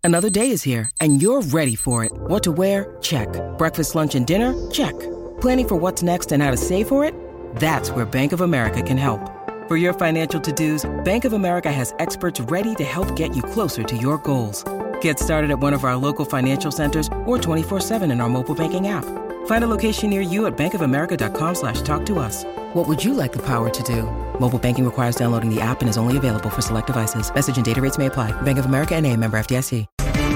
Another day is here, and you're ready for it. What to wear? Check. Breakfast, lunch, and dinner? Check. Planning for what's next and how to save for it? That's where Bank of America can help. For your financial to-dos, Bank of America has experts ready to help get you closer to your goals. Get started at one of our local financial centers or 24/7 in our mobile banking app. Find a location near you at bankofamerica.com/talktous. What would you like the power to do? Mobile banking requires downloading the app and is only available for select devices. Message and data rates may apply. Bank of America N.A., member FDIC.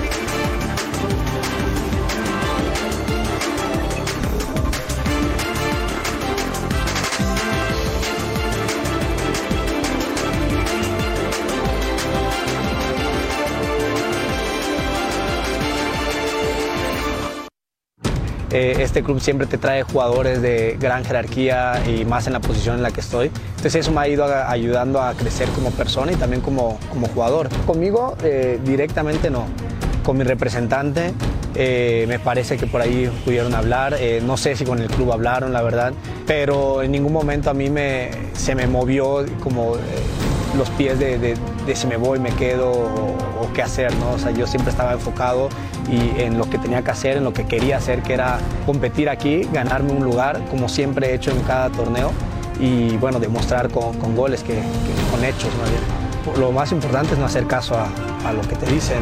Este club siempre te trae jugadores de gran jerarquía y más en la posición en la que estoy. Entonces eso me ha ido ayudando a crecer como persona y también como jugador. Conmigo directamente no, con mi representante me parece que por ahí pudieron hablar, no sé si con el club hablaron la verdad, pero en ningún momento a mí se me movió como los pies de si me voy, me quedo o qué hacer, ¿no? O sea, yo siempre estaba enfocado y en lo que tenía que hacer, en lo que quería hacer, que era competir aquí, ganarme un lugar, como siempre he hecho en cada torneo, y bueno, demostrar con goles, que con hechos, ¿no? Lo más importante es no hacer caso a lo que te dicen,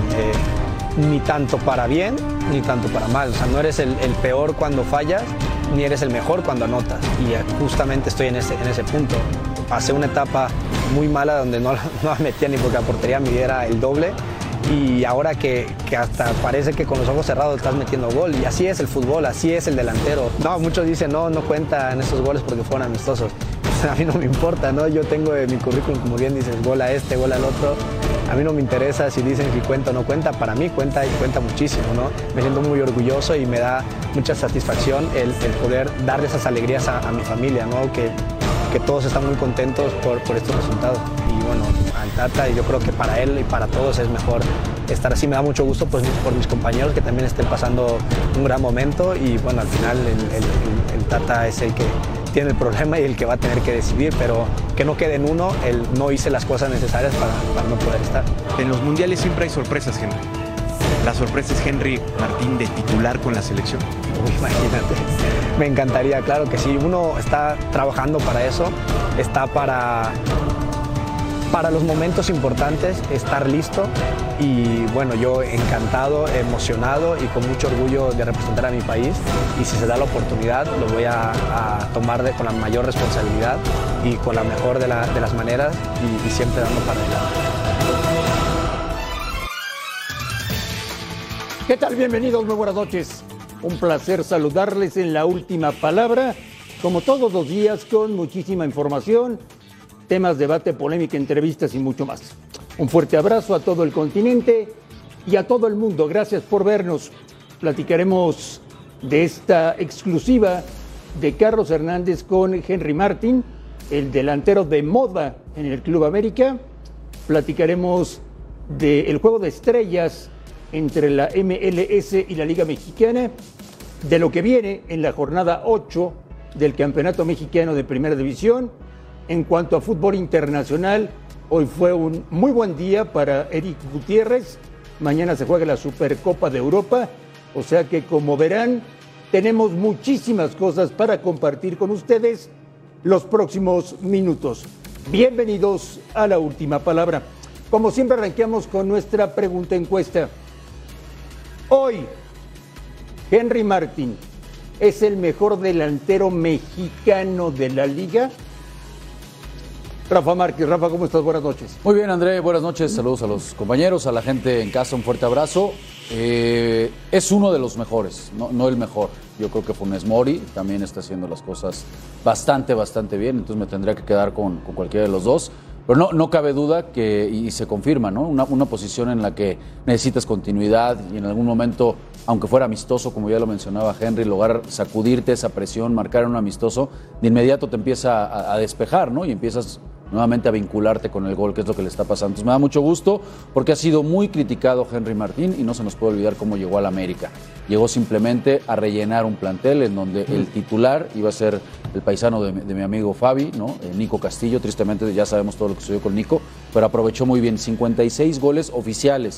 ni tanto para bien, ni tanto para mal. O sea, no eres el peor cuando fallas, ni eres el mejor cuando anotas, y justamente estoy en ese punto. Pasé una etapa muy mala donde no metía ni porque la portería me diera el doble, y ahora que hasta parece que con los ojos cerrados estás metiendo gol, y así es el fútbol, así es el delantero. No, muchos dicen no cuentan esos goles porque fueron amistosos. A mí no me importa, ¿no? Yo tengo en mi currículum, como bien dices, gol a este, gol al otro. A mí no me interesa si dicen que cuenta o no cuenta, para mí cuenta y cuenta muchísimo, ¿no? Me siento muy orgulloso y me da mucha satisfacción el poder darle esas alegrías a mi familia, ¿no? Que todos están muy contentos por estos resultados. Y bueno, al Tata, yo creo que para él y para todos es mejor estar así. Me da mucho gusto pues, por mis compañeros que también estén pasando un gran momento, y bueno, al final el Tata es el que tiene el problema y el que va a tener que decidir, pero que no quede en uno, él no hice las cosas necesarias para no poder estar. En los mundiales siempre hay sorpresas, Henry. La sorpresa es Henry Martín de titular con la selección. Imagínate, me encantaría, claro que sí. Uno está trabajando para eso, está para los momentos importantes, estar listo, y bueno, yo encantado, emocionado y con mucho orgullo de representar a mi país, y si se da la oportunidad lo voy a tomar con la mayor responsabilidad y con la mejor de las maneras, y siempre dando para adelante. ¿Qué tal? Bienvenidos, muy buenas noches. Un placer saludarles en La Última Palabra, como todos los días, con muchísima información, temas, debate, polémica, entrevistas y mucho más. Un fuerte abrazo a todo el continente y a todo el mundo. Gracias por vernos. Platicaremos de esta exclusiva de Carlos Hernández con Henry Martín, el delantero de moda en el Club América. Platicaremos del juego de estrellas entre la MLS y la Liga Mexicana, de lo que viene en la jornada 8 del Campeonato Mexicano de Primera División. En cuanto a fútbol internacional, hoy fue un muy buen día para Eric Gutiérrez. Mañana se juega la Supercopa de Europa, o sea que, como verán, tenemos muchísimas cosas para compartir con ustedes los próximos minutos. Bienvenidos a La Última Palabra. Como siempre, arranqueamos con nuestra pregunta encuesta. Hoy, Henry Martín es el mejor delantero mexicano de la liga. Rafa Márquez. Rafa, ¿cómo estás? Buenas noches. Muy bien, André, buenas noches. Saludos a los compañeros, a la gente en casa, un fuerte abrazo. Es uno de los mejores, no el mejor. Yo creo que Funes Mori también está haciendo las cosas bastante bien, entonces me tendría que quedar con cualquiera de los dos. Pero no cabe duda que, y se confirma, ¿no? Una posición en la que necesitas continuidad y en algún momento, aunque fuera amistoso, como ya lo mencionaba Henry, lograr sacudirte esa presión, marcar en un amistoso, de inmediato te empieza a despejar, ¿no? Y empiezas nuevamente a vincularte con el gol, que es lo que le está pasando. Entonces me da mucho gusto porque ha sido muy criticado Henry Martín y no se nos puede olvidar cómo llegó al América. Llegó simplemente a rellenar un plantel en donde el titular iba a ser el paisano de mi amigo Fabi, ¿no? Nico Castillo. Tristemente ya sabemos todo lo que sucedió con Nico, pero aprovechó muy bien 56 goles oficiales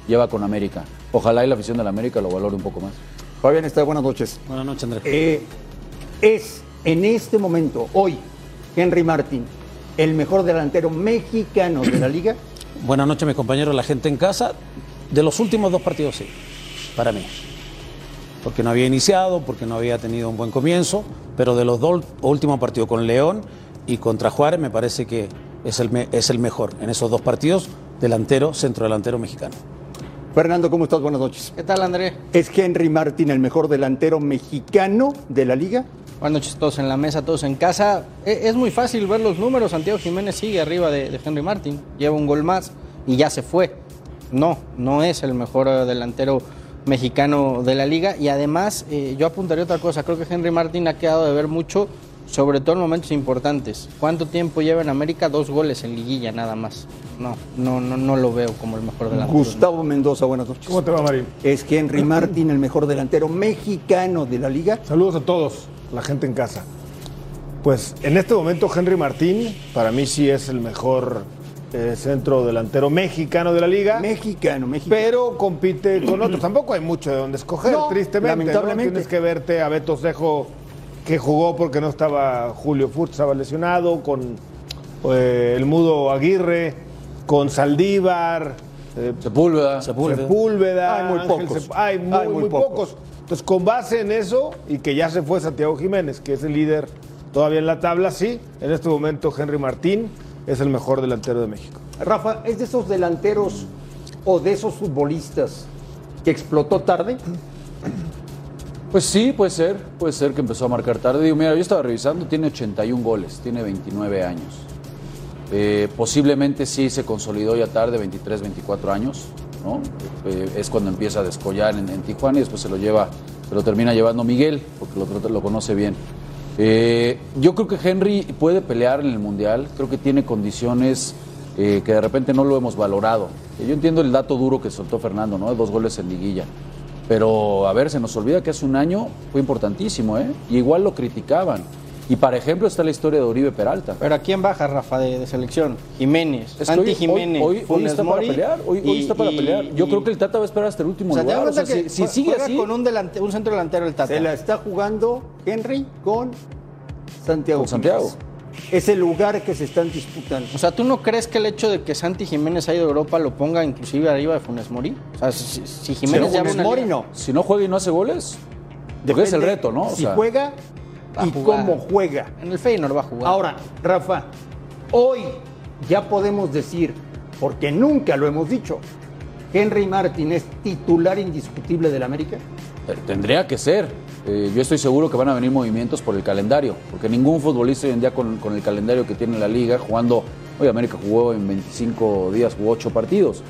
lleva con América. Ojalá y la afición de la América lo valore un poco más. Fabián, buenas noches. Buenas noches, Andrés. Es en este momento, hoy, Henry Martin, el mejor delantero mexicano de la liga. Buenas noches, mis compañeros, la gente en casa. De los últimos 2 partidos, sí, para mí. Porque no había iniciado, porque no había tenido un buen comienzo, pero de los 2 últimos partidos con León y contra Juárez me parece que es el mejor en esos 2 partidos, centro delantero mexicano. Fernando, ¿cómo estás? Buenas noches. ¿Qué tal, André? ¿Es Henry Martin el mejor delantero mexicano de la liga? Buenas noches, todos en la mesa, todos en casa. Es muy fácil ver los números. Santiago Jiménez sigue arriba de Henry Martin, lleva un gol más y ya se fue. No es el mejor delantero mexicano de la liga. Y además, yo apuntaría otra cosa. Creo que Henry Martin ha quedado de ver mucho, sobre todo en momentos importantes. ¿Cuánto tiempo lleva en América? 2 goles en liguilla nada más. No lo veo como el mejor delantero. Gustavo Mendoza, buenas noches. ¿Cómo te va, Marín? ¿Es Henry Martin el mejor delantero mexicano de la liga? Saludos a todos, la gente en casa. Pues en este momento Henry Martín, para mí sí es el mejor centro delantero mexicano de la liga. Mexicano. Pero compite con otros. Tampoco hay mucho de donde escoger, No, tristemente. lamentablemente. ¿no? Tienes que verte a Beto Cejo, que jugó porque no estaba Julio Furch, estaba lesionado, con el Mudo Aguirre, con Saldívar, Sepúlveda. Hay muy pocos. Hay muy pocos. Entonces, con base en eso, y que ya se fue Santiago Jiménez, que es el líder todavía en la tabla, sí, en este momento Henry Martín es el mejor delantero de México. Rafa, ¿es de esos delanteros o de esos futbolistas que explotó tarde? Pues sí, puede ser que empezó a marcar tarde. Digo, mira, yo estaba revisando, tiene 81 goles, tiene 29 años. Posiblemente sí se consolidó ya tarde, 23, 24 años, ¿no? Es cuando empieza a descollar en Tijuana y después se lo termina llevando Miguel, porque lo conoce bien. Yo creo que Henry puede pelear en el Mundial, creo que tiene condiciones que de repente no lo hemos valorado. Yo entiendo el dato duro que soltó Fernando, ¿no? 2 goles en liguilla. Pero, a ver, se nos olvida que hace un año fue importantísimo, ¿eh? Y igual lo criticaban. Y, para ejemplo, está la historia de Oribe Peralta. Pero ¿a quién baja, Rafa, de selección? Jiménez, Santi Jiménez, hoy Funes está Mori, para pelear. Hoy está para pelear. Yo creo que el Tata va a esperar hasta el último lugar. O sea, si sigue así, con un centro delantero el Tata. Se la está jugando Henry con Santiago. Santiago. Es el lugar que se están disputando. O sea, ¿tú no crees que el hecho de que Santi Jiménez haya ido a Europa lo ponga inclusive arriba de Funes Mori? O sea, si Jiménez ya Funes Mori no. Si no juega y no hace goles, porque es el reto, ¿no? O si sea, juega y cómo juega. En el Feyenoord va a jugar. Ahora, Rafa, hoy ya podemos decir, porque nunca lo hemos dicho, Henry Martin es titular indiscutible del América. Tendría que ser. Yo estoy seguro que van a venir movimientos por el calendario, porque ningún futbolista hoy en día con el calendario que tiene la liga, jugando, hoy América jugó en 25 días, jugó 8 partidos.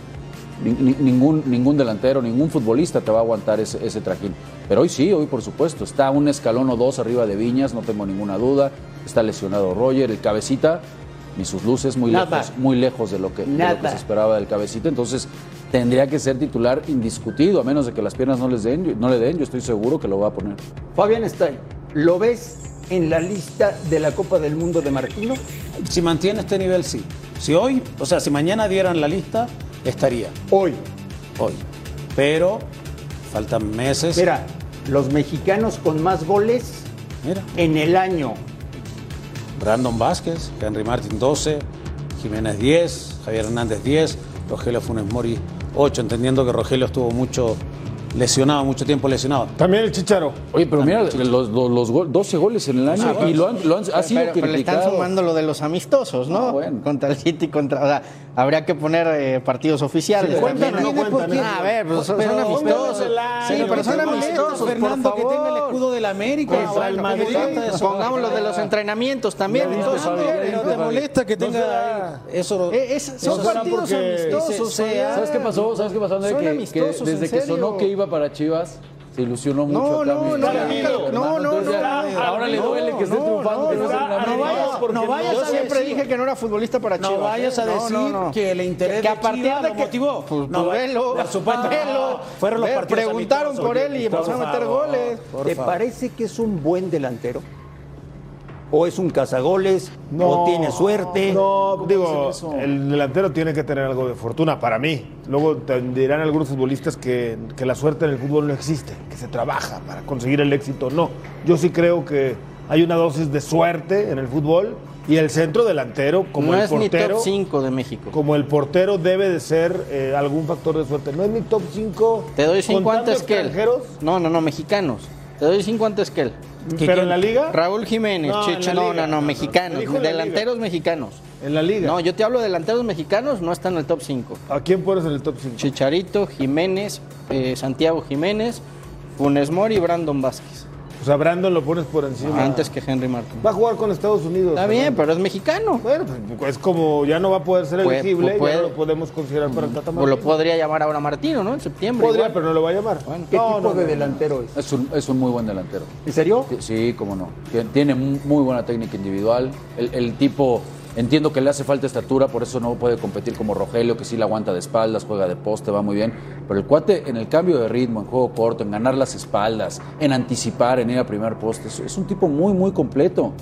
Ningún delantero, ningún futbolista te va a aguantar ese trajín. Pero hoy por supuesto, está un escalón o 2 arriba de Viñas, no tengo ninguna duda. Está lesionado Roger, el Cabecita, ni sus luces, muy lejos de lo que se esperaba del Cabecita. Entonces, tendría que ser titular indiscutido, a menos de que las piernas no le den, yo estoy seguro que lo va a poner. Fabián Stein, ¿lo ves en la lista de la Copa del Mundo de Martino? Si mantiene este nivel, sí. Si mañana dieran la lista, estaría. Hoy. Pero faltan meses. Mira, los mexicanos con más goles en el año. Brandon Vázquez, Henry Martin 12, Jiménez 10, Javier Hernández 10, Rogelio Funes Mori 8, entendiendo que Rogelio estuvo mucho tiempo lesionado. También el Chicharo. Oye, pero mira, los 12 goles en el año y lo ha sido criticado. Pero le están sumando lo de los amistosos, ¿no? Bueno. Contra el City, o sea, habría que poner partidos oficiales. Sí, también. no cuentan. A ver, pues son amistosos. Sí, pero son amistosos, Fernando, por que tenga el favor. escudo del América. Pongamos lo de los entrenamientos también. ¿No te molesta que tenga eso? Son partidos amistosos. ¿Sabes qué pasó? André? Que desde que sonó que iba para Chivas, se ilusionó mucho. Ahora le duele que esté triunfando. No vayas. Yo siempre dije que no era futbolista para Chivas. No vayas a decir que el interés que a partir de Chivas de lo que motivó. Fueron los partidos preguntaron por él y empezó a meter goles. ¿Te parece que es un buen delantero? ¿O es un cazagoles? ¿O tiene suerte? No, digo, eso? el delantero tiene que tener algo de fortuna, para mí. Luego te dirán algunos futbolistas que la suerte en el fútbol no existe, que se trabaja para conseguir el éxito. No, yo sí creo que hay una dosis de suerte en el fútbol y el centro delantero, como no el es mi portero, top 5 de México. como el portero debe de ser algún factor de suerte. No es mi top 5. Te doy 5 antes que él. extranjeros, No, mexicanos. Te doy 5 antes que él. pero en la liga. Raúl Jiménez, No, Chicho, en la no, liga. no, mexicanos, Dijo en la delanteros mexicanos. En la liga. No, yo te hablo de delanteros mexicanos, no están en el top 5. ¿A quién pones en el top 5? Chicharito, Jiménez, Santiago Jiménez, Funes Mori y Brandon Vázquez. O sea, Brandon lo pones por encima. Antes que Henry Martin. Va a jugar con Estados Unidos. Está bien, pero es mexicano. Bueno, pues es como ya no va a poder ser elegible, puede. ya no lo podemos considerar para el Tata O Martino. lo podría llamar ahora Martino, ¿no? En septiembre. Podría, igual. pero no lo va a llamar. Bueno, ¿Qué No, tipo no, de no. delantero es? Es un muy buen delantero. ¿En serio? Sí, cómo no. Tiene muy buena técnica individual. El tipo, entiendo que le hace falta estatura, por eso no puede competir como Rogelio, que sí la aguanta de espaldas, juega de poste, va muy bien. Pero el cuate, en el cambio de ritmo, en juego corto, en ganar las espaldas, en anticipar, en ir a primer poste, es un tipo muy completo.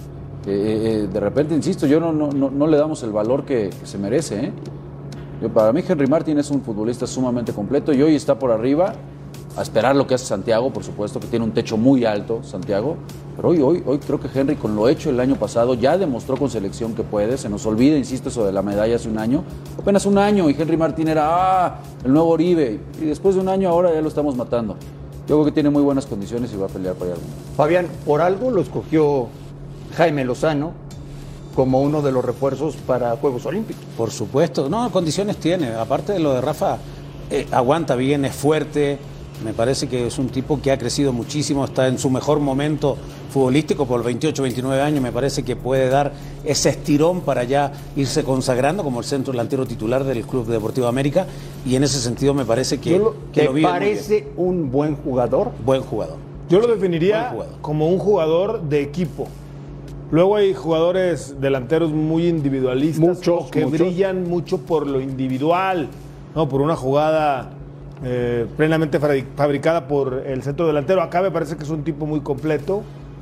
De repente, insisto, yo no le damos el valor que se merece, ¿eh? Para mí, Henry Martin es un futbolista sumamente completo y hoy está por arriba. A esperar lo que hace Santiago, por supuesto, que tiene un techo muy alto, Santiago. Pero hoy creo que Henry, con lo hecho el año pasado, ya demostró con selección que puede. Se nos olvida, insisto, eso de la medalla hace un año. Apenas un año y Henry Martin era el nuevo Oribe. Y después de un año ahora ya lo estamos matando. Yo creo que tiene muy buenas condiciones y va a pelear para allá. Fabián, por algo lo escogió Jaime Lozano como uno de los refuerzos para Juegos Olímpicos. Por supuesto, no, condiciones tiene. Aparte de lo de Rafa, aguanta bien, es fuerte. Me parece que es un tipo que ha crecido muchísimo, está en su mejor momento futbolístico por 28, 29 años. Me parece que puede dar ese estirón para ya irse consagrando como el centro delantero titular del Club Deportivo América. Y en ese sentido me parece que lo ¿Te vive muy bien. parece un buen jugador? Buen jugador. Yo lo definiría buen jugador. como un jugador de equipo. Luego hay jugadores delanteros muy individualistas Muchos. brillan mucho por lo individual, ¿no? Por una jugada plenamente fabricada por el centro delantero. Acá me parece que es un tipo muy completo,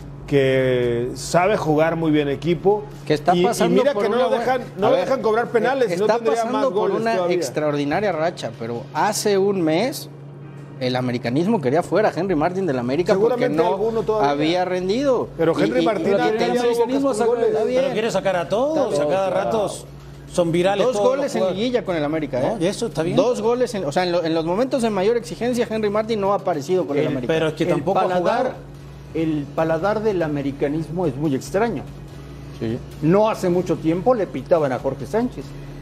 que sabe jugar muy bien equipo. Que está pasando y mira por que no una lo dejan cobrar penales, si no está tendría pasando más por goles una todavía. extraordinaria racha, pero hace un mes el americanismo quería fuera a Henry Martin del América porque Seguramente no alguno todavía. había rendido. Pero Henry Martin lo ha que tenido tenemos- americanismo está bien. Pero quiere sacar a todos, a cada rato son virales. 2 todos goles los en jugadores. liguilla con el América, ¿eh? No, y eso está bien. 2 goles, o sea, en los momentos de mayor exigencia, Henry Martin no ha aparecido con el América. Pero es que tampoco ha jugado. El paladar del americanismo es muy extraño. No hace mucho tiempo le pitaban a Jorge Sánchez.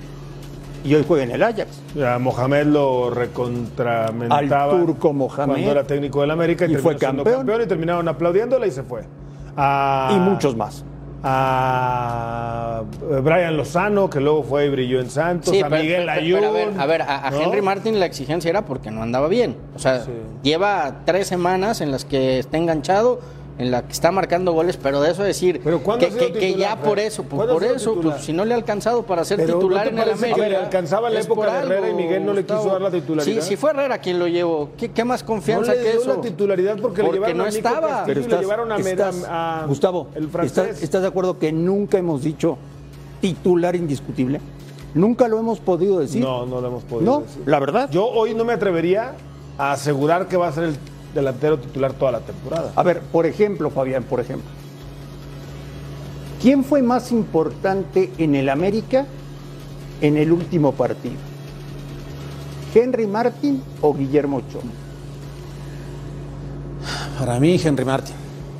Y hoy juega en el Ajax. A Mohamed lo recontramentaba Al turco Mohamed. cuando era técnico del América Y fue terminó siendo campeón. y terminaron aplaudiéndole y se fue. Y muchos más. A Brian Lozano, que luego fue y brilló en Santos, Sí, a Miguel Ayun. pero a ver, a ¿no? Henry Martin la exigencia era porque no andaba bien. O sea, lleva 3 semanas en las que está enganchado, en la que está marcando goles, pero de eso decir ¿Pero cuándo que, ha sido que titular? ya por eso, ¿Cuándo ha sido titular? pues, si no le ha alcanzado para ser Pero titular ¿no te en el parece que América. le alcanzaba en la es época por de Herrera y Miguel no le quiso Gustavo. dar la titularidad? Sí, si fue Herrera quien lo llevó, ¿qué más No confianza le que dio eso? la titularidad porque le llevaron no a Nico estaba. Castillo Pero y le llevaron a Gustavo, el francés. ¿estás de acuerdo que nunca hemos dicho titular indiscutible? Nunca lo hemos podido decir. No lo hemos podido decir. La verdad. Yo hoy no me atrevería a asegurar que va a ser el delantero titular toda la temporada. A ver, por ejemplo, Fabián, ¿quién fue más importante en el América en el último partido? ¿Henry Martin o Guillermo Ochoa? Para mí, Henry Martin.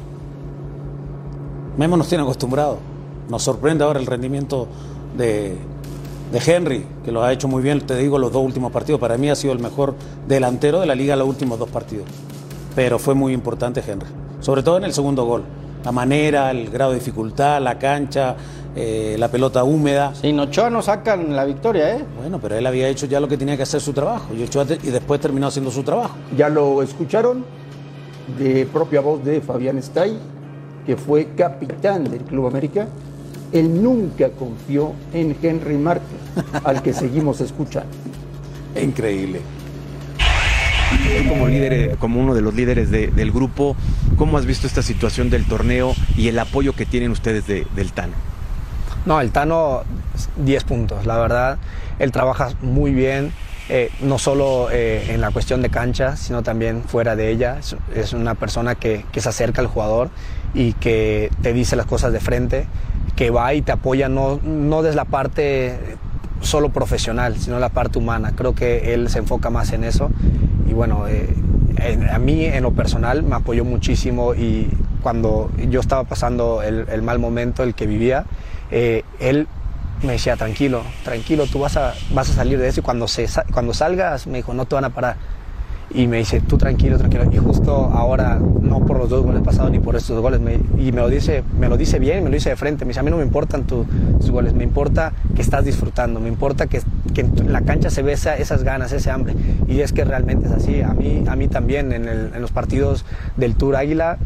Memo nos tiene acostumbrados. Nos sorprende ahora el rendimiento de Henry, que lo ha hecho muy bien, te digo, los 2 últimos partidos. Para mí ha sido el mejor delantero de la liga los últimos 2 partidos. Pero fue muy importante Henry, sobre todo en el segundo gol. La manera, el grado de dificultad, la cancha, la pelota húmeda. Sin Ochoa no sacan la victoria, ¿eh? Bueno, pero él había hecho ya lo que tenía que hacer su trabajo. Y después terminó haciendo su trabajo. Ya lo escucharon de propia voz de Fabián Stay, que fue capitán del Club América. Él nunca confió en Henry Martin, al que seguimos escuchando. Increíble. Tú como líder, como uno de los líderes del grupo, ¿cómo has visto esta situación del torneo y el apoyo que tienen ustedes del Tano? No, el Tano, 10 puntos. La verdad, él trabaja muy bien, no solo en la cuestión de cancha, sino también fuera de ella. Es una persona que se acerca al jugador y que te dice las cosas de frente, que va y te apoya no desde la parte solo profesional, sino la parte humana. Creo que él se enfoca más en eso. Y bueno, a mí en lo personal me apoyó muchísimo, y cuando yo estaba pasando el mal momento, el que vivía, él me decía, tranquilo, tú vas a salir de eso, y cuando salgas, me dijo, no te van a parar. Y me dice, tú tranquilo. Y justo ahora, no por los 2 goles pasados ni por estos goles, y me lo dice bien, me lo dice de frente. Me dice, a mí no me importan tus goles, me importa que estás disfrutando, me importa que en la cancha se ve esas ganas, ese hambre. Y es que realmente es así. A mí también, en los partidos del Tour Águila,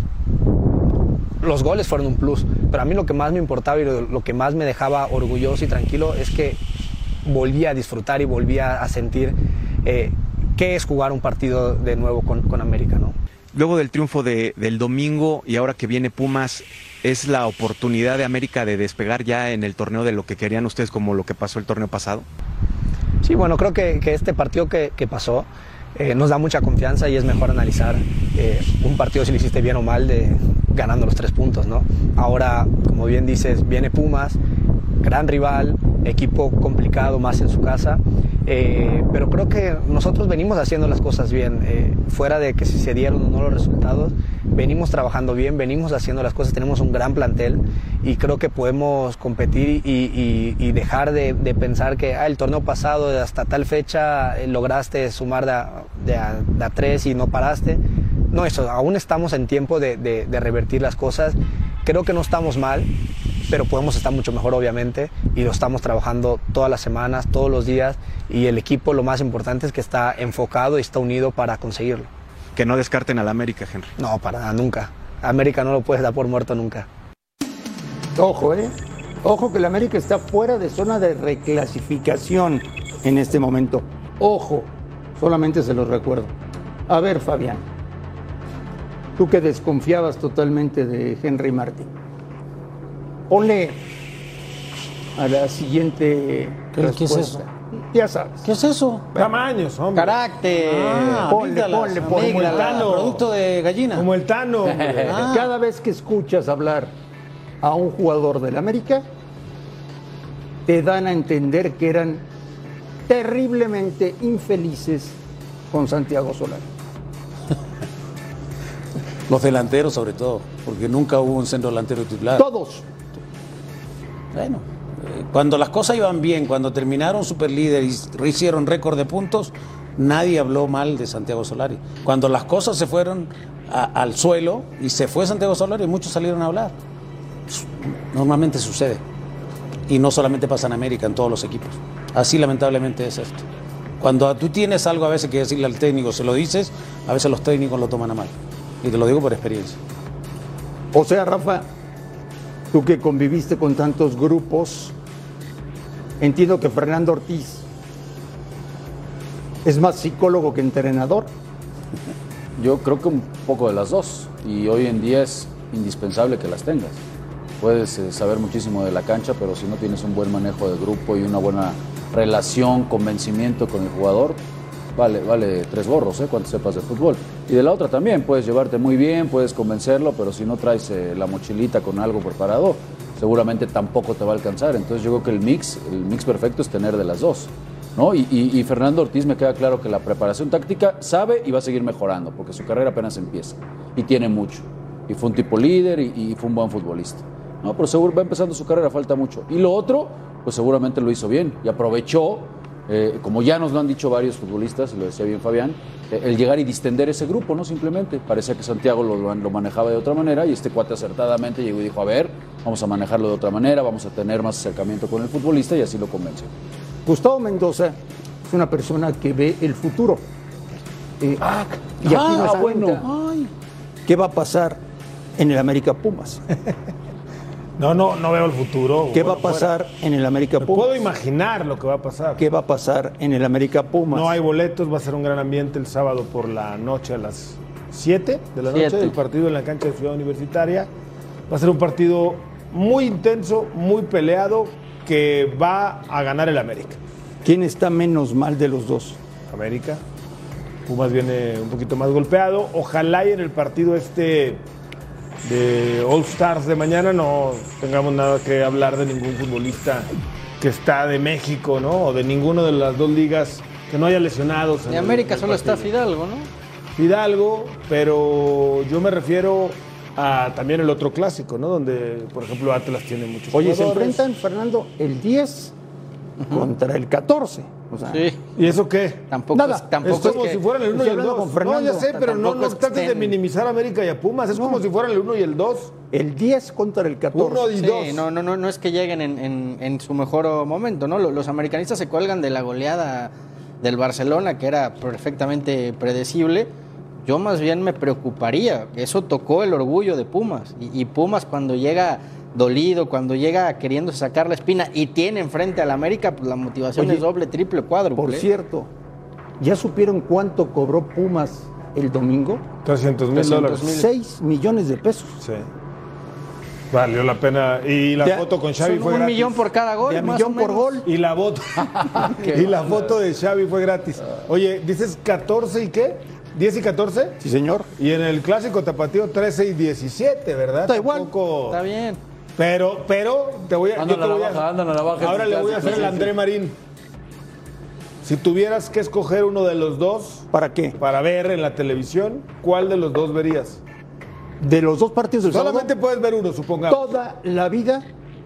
los goles fueron un plus, pero a mí lo que más me importaba y lo que más me dejaba orgulloso y tranquilo es que volvía a disfrutar y volvía a sentir qué es jugar un partido de nuevo con América, ¿no? Luego del triunfo del domingo y ahora que viene Pumas, ¿es la oportunidad de América de despegar ya en el torneo de lo que querían ustedes, como lo que pasó el torneo pasado? Sí, bueno, creo que este partido que pasó nos da mucha confianza, y es mejor analizar un partido si lo hiciste bien o mal, ganando los 3 puntos, ¿no? Ahora, como bien dices, viene Pumas, gran rival, equipo complicado, más en su casa, pero creo que nosotros venimos haciendo las cosas bien, fuera de que si se dieron o no los resultados, venimos trabajando bien, venimos haciendo las cosas, tenemos un gran plantel, y creo que podemos competir y dejar de pensar que el torneo pasado hasta tal fecha lograste sumar de a 3 y no paraste. No, aún estamos en tiempo de revertir las cosas. Creo que no estamos mal, pero podemos estar mucho mejor, obviamente, y lo estamos trabajando todas las semanas, todos los días, y el equipo, lo más importante es que está enfocado y está unido para conseguirlo. Que no descarten al América, Henry. No, para nada, nunca. América no lo puedes dar por muerto nunca. Ojo, Ojo que el América está fuera de zona de reclasificación en este momento. Ojo, solamente se los recuerdo. A ver, Fabián, tú que desconfiabas totalmente de Henry Martin, ponle a la siguiente respuesta. ¿Qué es eso? Ya sabes. ¿Qué es eso? Tamaños, hombre. Carácter. Ponle. Como el Tano. Producto de gallina. Como el Tano, hombre. Cada vez que escuchas hablar a un jugador del América, te dan a entender que eran terriblemente infelices con Santiago Solari. Los delanteros, sobre todo, porque nunca hubo un centro delantero titular. Todos. Bueno, cuando las cosas iban bien, cuando terminaron superlíder y hicieron récord de puntos, nadie habló mal de Santiago Solari. Cuando las cosas se fueron al suelo y se fue Santiago Solari, muchos salieron a hablar. Normalmente sucede. Y no solamente pasa en América, en todos los equipos. Así lamentablemente es esto. Cuando tú tienes algo a veces que decirle al técnico, se lo dices, a veces los técnicos lo toman a mal. Y te lo digo por experiencia. O sea, Rafa, tú que conviviste con tantos grupos, entiendo que Fernando Ortiz es más psicólogo que entrenador. Yo creo que un poco de las dos, y hoy en día es indispensable que las tengas. Puedes saber muchísimo de la cancha, pero si no tienes un buen manejo de grupo y una buena relación, convencimiento con el jugador, vale 3 gorros, cuando sepas de fútbol. Y de la otra también, puedes llevarte muy bien, puedes convencerlo, pero si no traes la mochilita con algo preparado, seguramente tampoco te va a alcanzar. Entonces yo creo que el mix perfecto es tener de las dos, ¿no? Y Fernando Ortiz, me queda claro que la preparación táctica sabe y va a seguir mejorando, porque su carrera apenas empieza y tiene mucho. Y fue un tipo líder y fue un buen futbolista. No, pero seguro va empezando su carrera, falta mucho. Y lo otro, pues seguramente lo hizo bien y aprovechó, como ya nos lo han dicho varios futbolistas, y lo decía bien Fabián, el llegar y distender ese grupo, ¿no? Simplemente parecía que Santiago lo manejaba de otra manera, y este cuate acertadamente llegó y dijo, a ver, vamos a manejarlo de otra manera, vamos a tener más acercamiento con el futbolista, y así lo convenció. Gustavo Mendoza es una persona que ve el futuro. Y aquí nos cuenta qué va a pasar en el América Pumas. No veo el futuro. ¿Qué va a pasar en el América Pumas? Puedo imaginar lo que va a pasar. ¿Qué va a pasar en el América Pumas? No hay boletos, va a ser un gran ambiente el sábado por la noche a las 7 de la noche, el partido en la cancha de Ciudad Universitaria. Va a ser un partido muy intenso, muy peleado, que va a ganar el América. ¿Quién está menos mal de los dos? América. Pumas viene un poquito más golpeado. Ojalá y en el partido de All Stars de mañana no tengamos nada que hablar de ningún futbolista que está de México, ¿no? O de ninguna de las dos ligas, que no haya lesionados. En América solo está Fidalgo, ¿no? Fidalgo, pero yo me refiero a también el otro clásico, ¿no? Donde, por ejemplo, Atlas tiene muchos Oye, jugadores. se enfrentan, Fernando, el 10 contra el 14. O sea, Sí. ¿Y eso qué? Tampoco Nada. es, tampoco Es como que- si fueran el 1 y estoy el hablando 2. con Fernando. No, ya sé, pero no Tampoco es que trates de estén- minimizar a América y a Pumas. Es como si fueran el 1 y el 2. el 10 contra el 14. 1 y 2. Sí, no es que lleguen en su mejor momento, ¿no? Los americanistas se cuelgan de la goleada del Barcelona, que era perfectamente predecible. Yo más bien me preocuparía. Eso tocó el orgullo de Pumas. Y Pumas, cuando llega dolido, cuando llega queriendo sacar la espina y tiene enfrente al América, pues la motivación Oye, es doble, triple, cuádruple. Por cierto, ¿ya supieron cuánto cobró Pumas el domingo? $300,000. 6 millones de pesos. Sí. Valió la pena. Y la Ya, foto con Xavi Son fue un gratis. millón por cada gol. De a más millón o por menos. gol. Y la foto, y la foto de Xavi fue gratis. Oye, dices 14 y qué? ¿10 y 14? Sí, señor. Y en el clásico tapatío 13 y 17, ¿verdad? Está igual. Tampoco- Está bien. Pero te voy a... Andan a la baja, andan a la baja. Ahora le voy a hacer el André Marín. Si tuvieras que escoger uno de los dos ¿Para qué? para ver en la televisión, ¿cuál de los dos verías? De los dos partidos del Solamente sábado, puedes ver uno, supongamos. toda la vida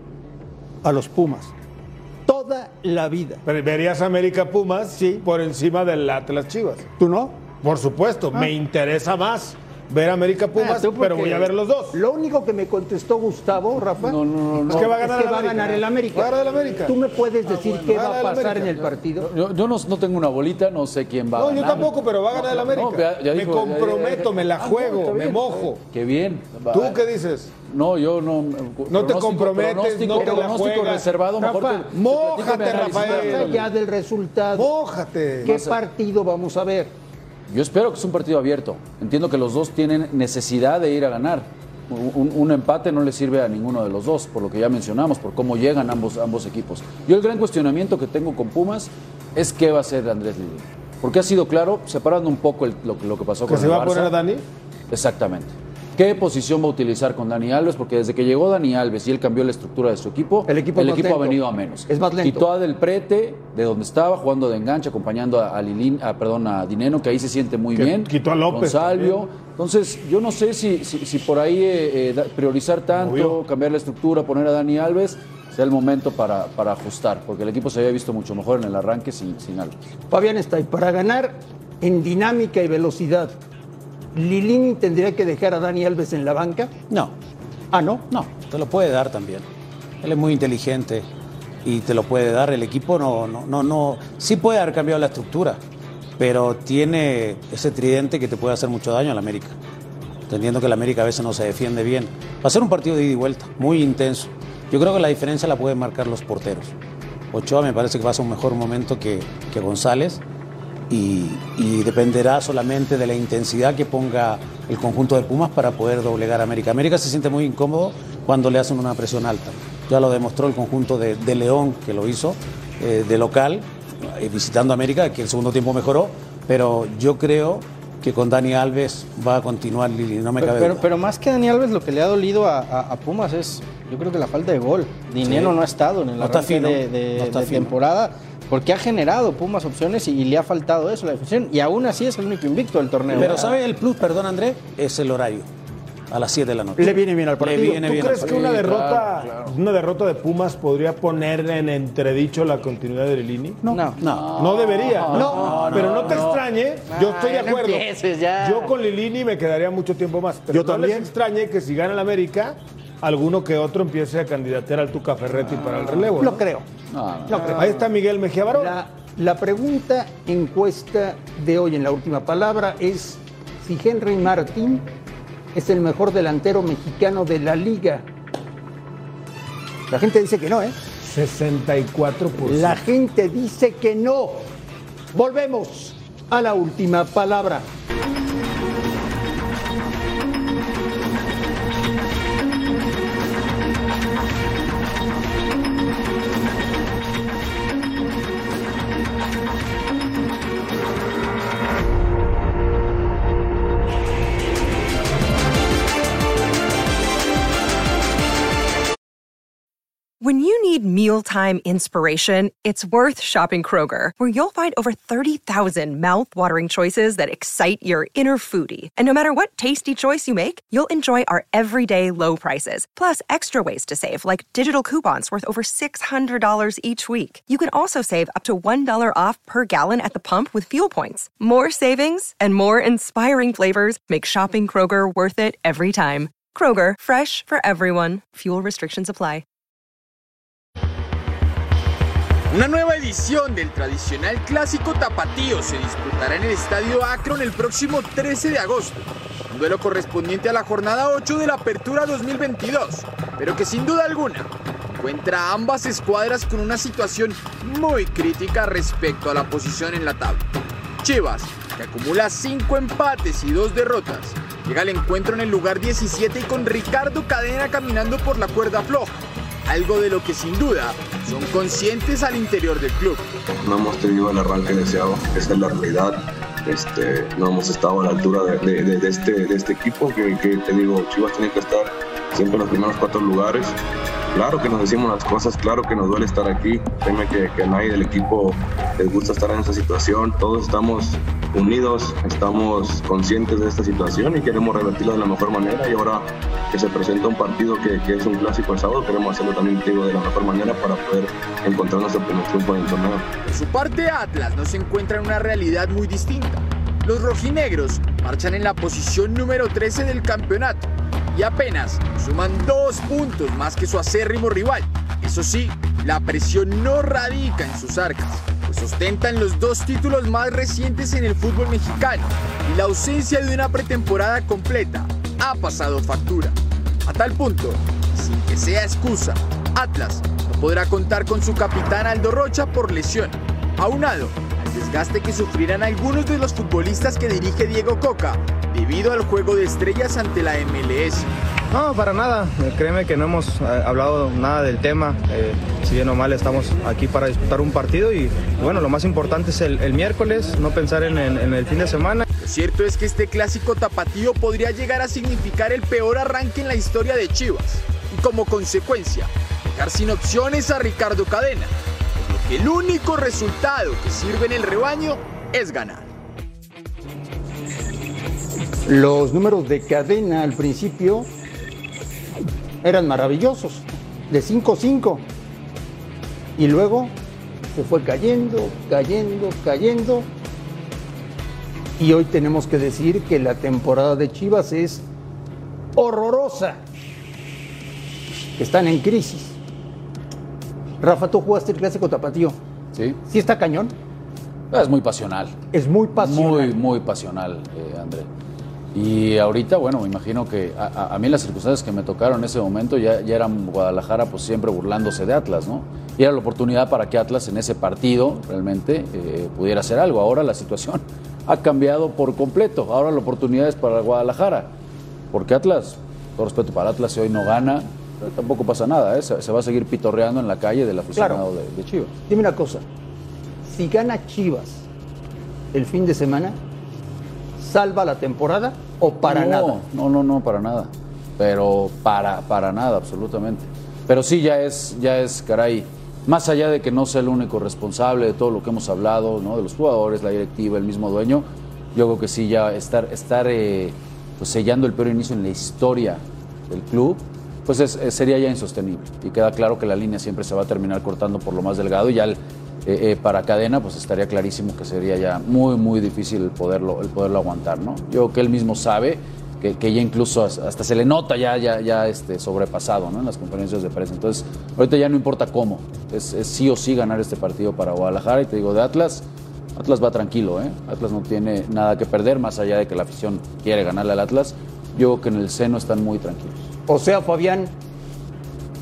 a los Pumas. Toda la vida. Pero verías América Pumas Sí. por encima del Atlas Chivas. ¿Tú no? Por supuesto, me interesa más ver América Pumas, tú porque- pero voy a ver los dos. Lo único que me contestó Gustavo, Rafa, Es que va a ganar es que el va a América. ganar el América. Va a ganar el América. ¿Tú me puedes decir qué Va a va a ganar el pasar en América. el partido? Yo no tengo una bolita, no sé quién va a No, ganar. yo tampoco, pero va a ganar el América. No, ya me dijo, comprometo, me la juego, está me bien. mojo. Qué bien. ¿Tú qué dices? No, yo no. No te comprometes, no te la pronóstico juegas. reservado. mejor Rafa, te platico mójate, mi análisis. Rafael. Más allá del resultado, Mójate. ¿qué partido vamos a ver? Yo espero que sea un partido abierto. Entiendo que los dos tienen necesidad de ir a ganar. Un empate no le sirve a ninguno de los dos, por lo que ya mencionamos, por cómo llegan ambos equipos. Yo el gran cuestionamiento que tengo con Pumas es qué va a hacer Andrés Lilini. Porque ha sido claro, separando un poco lo que pasó ¿Que con se el va a Barça. poner a Dani? Exactamente. ¿Qué posición va a utilizar con Dani Alves? Porque desde que llegó Dani Alves y él cambió la estructura de su equipo, El equipo es más ha lento. venido a menos. Es más lento. Quitó a Del Prete, de donde estaba, jugando de enganche, acompañando a Dineno, que ahí se siente muy Que bien. quitó a López Gonzalvio. también. Entonces, yo no sé si por ahí priorizar tanto, Movió. cambiar la estructura, poner a Dani Alves, sea el momento para ajustar, porque el equipo se había visto mucho mejor en el arranque sin Alves. Fabián está ahí. Para ganar en dinámica y velocidad, ¿Lilini tendría que dejar a Dani Alves en la banca? No, Ah, ¿no? no, te lo puede dar también. Él es muy inteligente y te lo puede dar. El equipo no. Sí puede haber cambiado la estructura, pero tiene ese tridente que te puede hacer mucho daño al América. Entendiendo que el América a veces no se defiende bien. Va a ser un partido de ida y vuelta, muy intenso. Yo creo que la diferencia la pueden marcar los porteros. Ochoa me parece que va a ser un mejor momento que González. Y dependerá solamente de la intensidad que ponga el conjunto de Pumas para poder doblegar a América. América se siente muy incómodo cuando le hacen una presión alta. Ya lo demostró el conjunto de León, que lo hizo de local, visitando a América, que el segundo tiempo mejoró, pero yo creo que con Dani Alves va a continuar Lili, no me cabe duda. Pero más que Dani Alves, lo que le ha dolido a Pumas es, yo creo que la falta de gol. Dinero Sí. no ha estado en el No está arranque fino, de no está fino. temporada, porque ha generado Pumas opciones y le ha faltado eso, la definición. Y aún así es el único invicto del torneo. Pero ¿sabe el plus, perdón André? Es el horario, a las 7 de la noche. Le viene bien al partido. Le viene ¿Tú bien crees al que una partido. derrota, una derrota de Pumas podría poner en entredicho la continuidad de Lilini? No. No debería. Pero no te extrañe, yo estoy de ya no acuerdo. empieces, ya. Yo con Lilini me quedaría mucho tiempo más. Pero Yo no también. les extrañe que si gana el América, alguno que otro empiece a candidatear al Tuca Ferretti para el relevo. No ¿no? creo. No creo. Ahí está Miguel Mejía Barón. La pregunta encuesta de hoy en La Última Palabra es si Henry Martín es el mejor delantero mexicano de la liga. La gente dice que no, 64%. La gente dice que no. Volvemos a la última palabra. When you need mealtime inspiration, it's worth shopping Kroger, where you'll find over 30,000 mouth-watering choices that excite your inner foodie. And no matter what tasty choice you make, you'll enjoy our everyday low prices, plus extra ways to save, like digital coupons worth over $600 each week. You can also save up to $1 off per gallon at the pump with fuel points. More savings and more inspiring flavors make shopping Kroger worth it every time. Kroger, fresh for everyone. Fuel restrictions apply. Una nueva edición del tradicional clásico tapatío se disputará en el Estadio Akron el próximo 13 de agosto. Un duelo correspondiente a la jornada 8 de la Apertura 2022, pero que sin duda alguna encuentra a ambas escuadras con una situación muy crítica respecto a la posición en la tabla. Chivas, que acumula 5 empates y 2 derrotas, llega al encuentro en el lugar 17 y con Ricardo Cadena caminando por la cuerda floja. Algo de lo que sin duda son conscientes al interior del club. No hemos tenido el arranque deseado, esa es la realidad. No hemos estado a la altura de este equipo que te digo, Chivas tiene que estar siempre en los primeros 4 lugares. Claro que nos decimos las cosas, claro que nos duele estar aquí. Créeme que a nadie del equipo les gusta estar en esta situación. Todos estamos unidos, estamos conscientes de esta situación y queremos revertirla de la mejor manera. Y ahora que se presenta un partido que es un clásico el sábado, queremos hacerlo también, digo, de la mejor manera para poder encontrar nuestro primer triunfo en el torneo. Por su parte, Atlas no se encuentra en una realidad muy distinta. Los rojinegros marchan en la posición número 13 del campeonato y apenas suman 2 puntos más que su acérrimo rival. Eso sí, la presión no radica en sus arcas, pues ostentan los 2 títulos más recientes en el fútbol mexicano y la ausencia de una pretemporada completa ha pasado factura. A tal punto, sin que sea excusa, Atlas no podrá contar con su capitán Aldo Rocha por lesión, aunado al desgaste que sufrirán algunos de los futbolistas que dirige Diego Coca debido al juego de estrellas ante la MLS. No, para nada. Créeme que no hemos hablado nada del tema. Si bien o mal estamos aquí para disputar un partido y bueno, lo más importante es el miércoles, no pensar en el fin de semana. Lo cierto es que este clásico tapatío podría llegar a significar el peor arranque en la historia de Chivas y como consecuencia dejar sin opciones a Ricardo Cadena, por lo que el único resultado que sirve en el rebaño es ganar. Los números de Cadena al principio eran maravillosos, de 5-5. Y luego se fue cayendo. Y hoy tenemos que decir que la temporada de Chivas es horrorosa. Están en crisis. Rafa, tú jugaste el clásico tapatío. Sí. ¿Sí está cañón? Es muy pasional. Es muy pasional. Muy pasional, André. Y ahorita, bueno, me imagino que a mí las circunstancias que me tocaron en ese momento ya eran Guadalajara pues siempre burlándose de Atlas, ¿no? Y era la oportunidad para que Atlas en ese partido realmente pudiera hacer algo. Ahora la situación ha cambiado por completo. Ahora la oportunidad es para Guadalajara. Porque Atlas, todo respeto para Atlas, si hoy no gana, tampoco pasa nada, ¿eh? Se va a seguir pitorreando en la calle del aficionado de Chivas. Dime una cosa, si gana Chivas el fin de semana, ¿salva la temporada o para nada? No, para nada. Pero para nada, absolutamente. Pero sí ya es, caray, más allá de que no sea el único responsable de todo lo que hemos hablado, ¿no? De los jugadores, la directiva, el mismo dueño, yo creo que sí ya estar pues sellando el peor inicio en la historia del club, pues sería ya insostenible. Y queda claro que la línea siempre se va a terminar cortando por lo más delgado y ya para Cadena pues estaría clarísimo que sería ya muy difícil el poderlo aguantar, ¿no? Yo creo que él mismo sabe que ya incluso hasta se le nota ya sobrepasado, ¿no? En las conferencias de prensa. Entonces, ahorita ya no importa cómo, es sí o sí ganar este partido para Guadalajara. Y te digo, de Atlas va tranquilo, ¿eh? Atlas no tiene nada que perder, más allá de que la afición quiere ganarle al Atlas. Yo creo que en el seno están muy tranquilos. O sea, Fabián,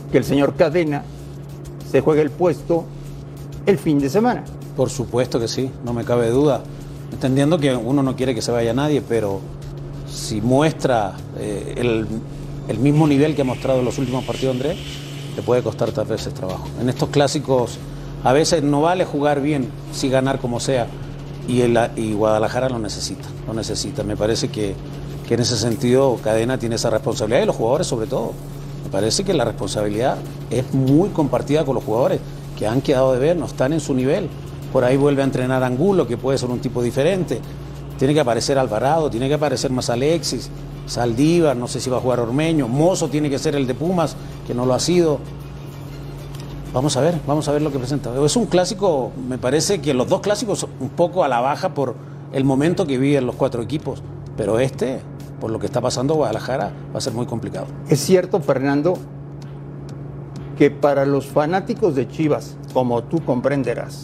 que el señor Cadena se juegue el puesto el fin de semana. Por supuesto que sí, no me cabe duda. Entendiendo que uno no quiere que se vaya nadie, pero si muestra el mismo nivel que ha mostrado en los últimos partidos Andrés, le puede costar tal vez trabajo. En estos clásicos a veces no vale jugar bien, sí ganar como sea, y Guadalajara lo necesita. Me parece que en ese sentido Cadena tiene esa responsabilidad, y los jugadores sobre todo. Me parece que la responsabilidad es muy compartida con los jugadores, que han quedado de ver, no están en su nivel. Por ahí vuelve a entrenar Angulo, que puede ser un tipo diferente. Tiene que aparecer Alvarado, tiene que aparecer más Alexis, Saldívar, no sé si va a jugar Ormeño, Mozo tiene que ser el de Pumas, que no lo ha sido. Vamos a ver lo que presenta. Es un clásico, me parece que los dos clásicos un poco a la baja por el momento que viven los cuatro equipos, pero por lo que está pasando Guadalajara, va a ser muy complicado. Es cierto, Fernando, que para los fanáticos de Chivas, como tú comprenderás,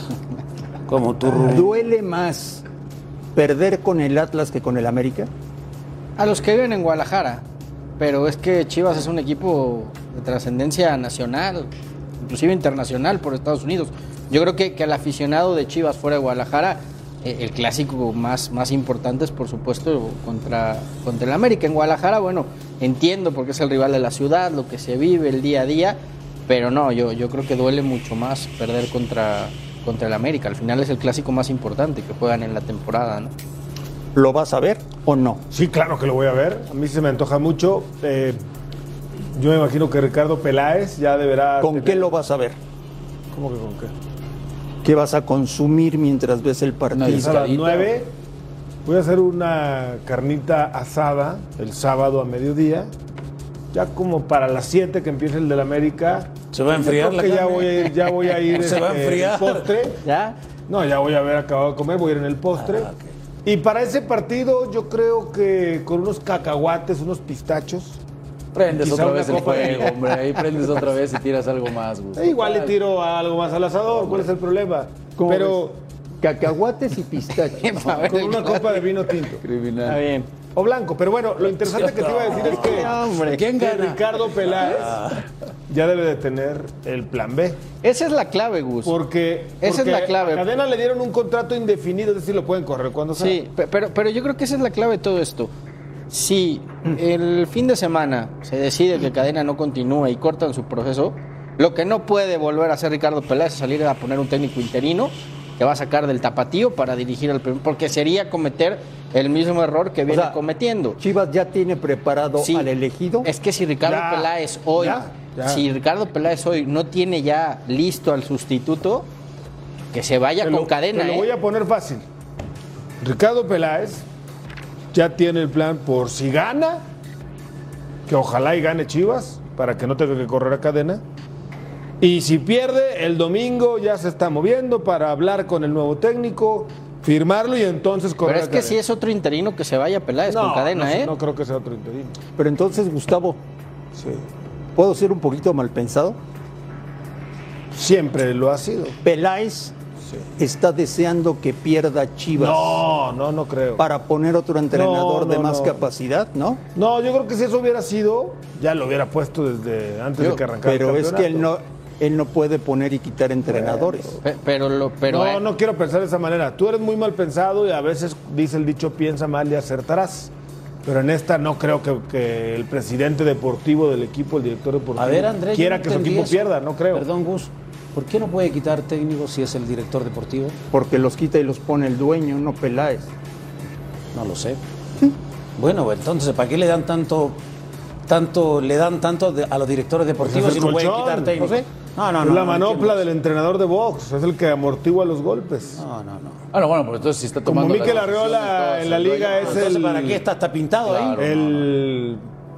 ¿duele más perder con el Atlas que con el América? A los que viven en Guadalajara, pero es que Chivas es un equipo de trascendencia nacional, inclusive internacional por Estados Unidos. Yo creo que al aficionado de Chivas fuera de Guadalajara, el clásico más importante es, por supuesto, contra el América. En Guadalajara, bueno, entiendo porque es el rival de la ciudad, lo que se vive el día a día, pero no, yo creo que duele mucho más perder contra el América. Al final es el clásico más importante que juegan en la temporada, ¿no? ¿Lo vas a ver o no? Sí, claro que lo voy a ver. A mí se me antoja mucho. Yo me imagino que Ricardo Peláez ya deberá... ¿Con qué lo vas a ver? ¿Cómo que con qué? ¿Qué vas a consumir mientras ves el partido? A las 9 voy a hacer una carnita asada el sábado a mediodía. Ya como para las 7 que empiece el del América. ¿Se va a enfriar la carne? Ya voy a ir ¿Se va a enfriar? el postre. ¿Ya? No, ya voy a haber acabado de comer, voy a ir en el postre. Okay. Y para ese partido yo creo que con unos cacahuates, unos pistachos. Prendes quizá otra vez el copa de fuego, hombre. Ahí prendes otra vez y tiras algo más, Gus. Igual le tiro algo más al asador, ¿cuál es el problema? Pero cacahuates y pistachos. con una copa de vino tinto. Criminal. Está bien. O blanco, pero bueno, lo interesante que te iba a decir es que, ¿quién gana? Ricardo Peláez ya debe de tener el plan B. Esa es la clave, Gus. Porque esa es la clave. A Cadena le dieron un contrato indefinido, es decir, lo pueden correr cuando sea. Sí, pero yo creo que esa es la clave de todo esto. Si el fin de semana se decide que Cadena no continúa y cortan su proceso, lo que no puede volver a hacer Ricardo Peláez es salir a poner un técnico interino que va a sacar del tapatío para dirigir al primer, porque sería cometer el mismo error que viene cometiendo. Chivas ya tiene preparado al elegido. Es que si Ricardo Peláez hoy, si Ricardo Peláez hoy no tiene ya listo al sustituto, que se vaya con Cadena. Te lo voy a poner fácil. Ricardo Peláez ya tiene el plan por si gana, que ojalá y gane Chivas, para que no tenga que correr a Cadena. Y si pierde, el domingo ya se está moviendo para hablar con el nuevo técnico, firmarlo y entonces correr. Pero es que si es otro interino que se vaya Peláez con Cadena, No creo que sea otro interino. Pero entonces, Gustavo, ¿puedo ser un poquito mal pensado? Siempre lo ha sido. Peláez está deseando que pierda Chivas. No creo. Para poner otro entrenador de más capacidad, ¿no? No, yo creo que si eso hubiera sido, ya lo hubiera puesto desde antes de que arrancara el campeonato. Pero es que él no puede poner y quitar entrenadores. No quiero pensar de esa manera. Tú eres muy mal pensado y a veces dice el dicho, piensa mal y acertarás. Pero en esta no creo que el presidente deportivo del equipo, el director deportivo, Andrés, quiera que su equipo pierda, no creo. Perdón, Gus, ¿por qué no puede quitar técnicos si es el director deportivo? Porque los quita y los pone el dueño, no Peláez. No lo sé. Bueno, entonces, ¿para qué le dan tanto a los directores deportivos si no pueden quitar técnicos? No, es la manopla del entrenador de box, es el que amortigua los golpes. No. Bueno, pues entonces si está tomando... Como Mikel Arriola en la liga es entonces, ¿para qué está pintado ahí? El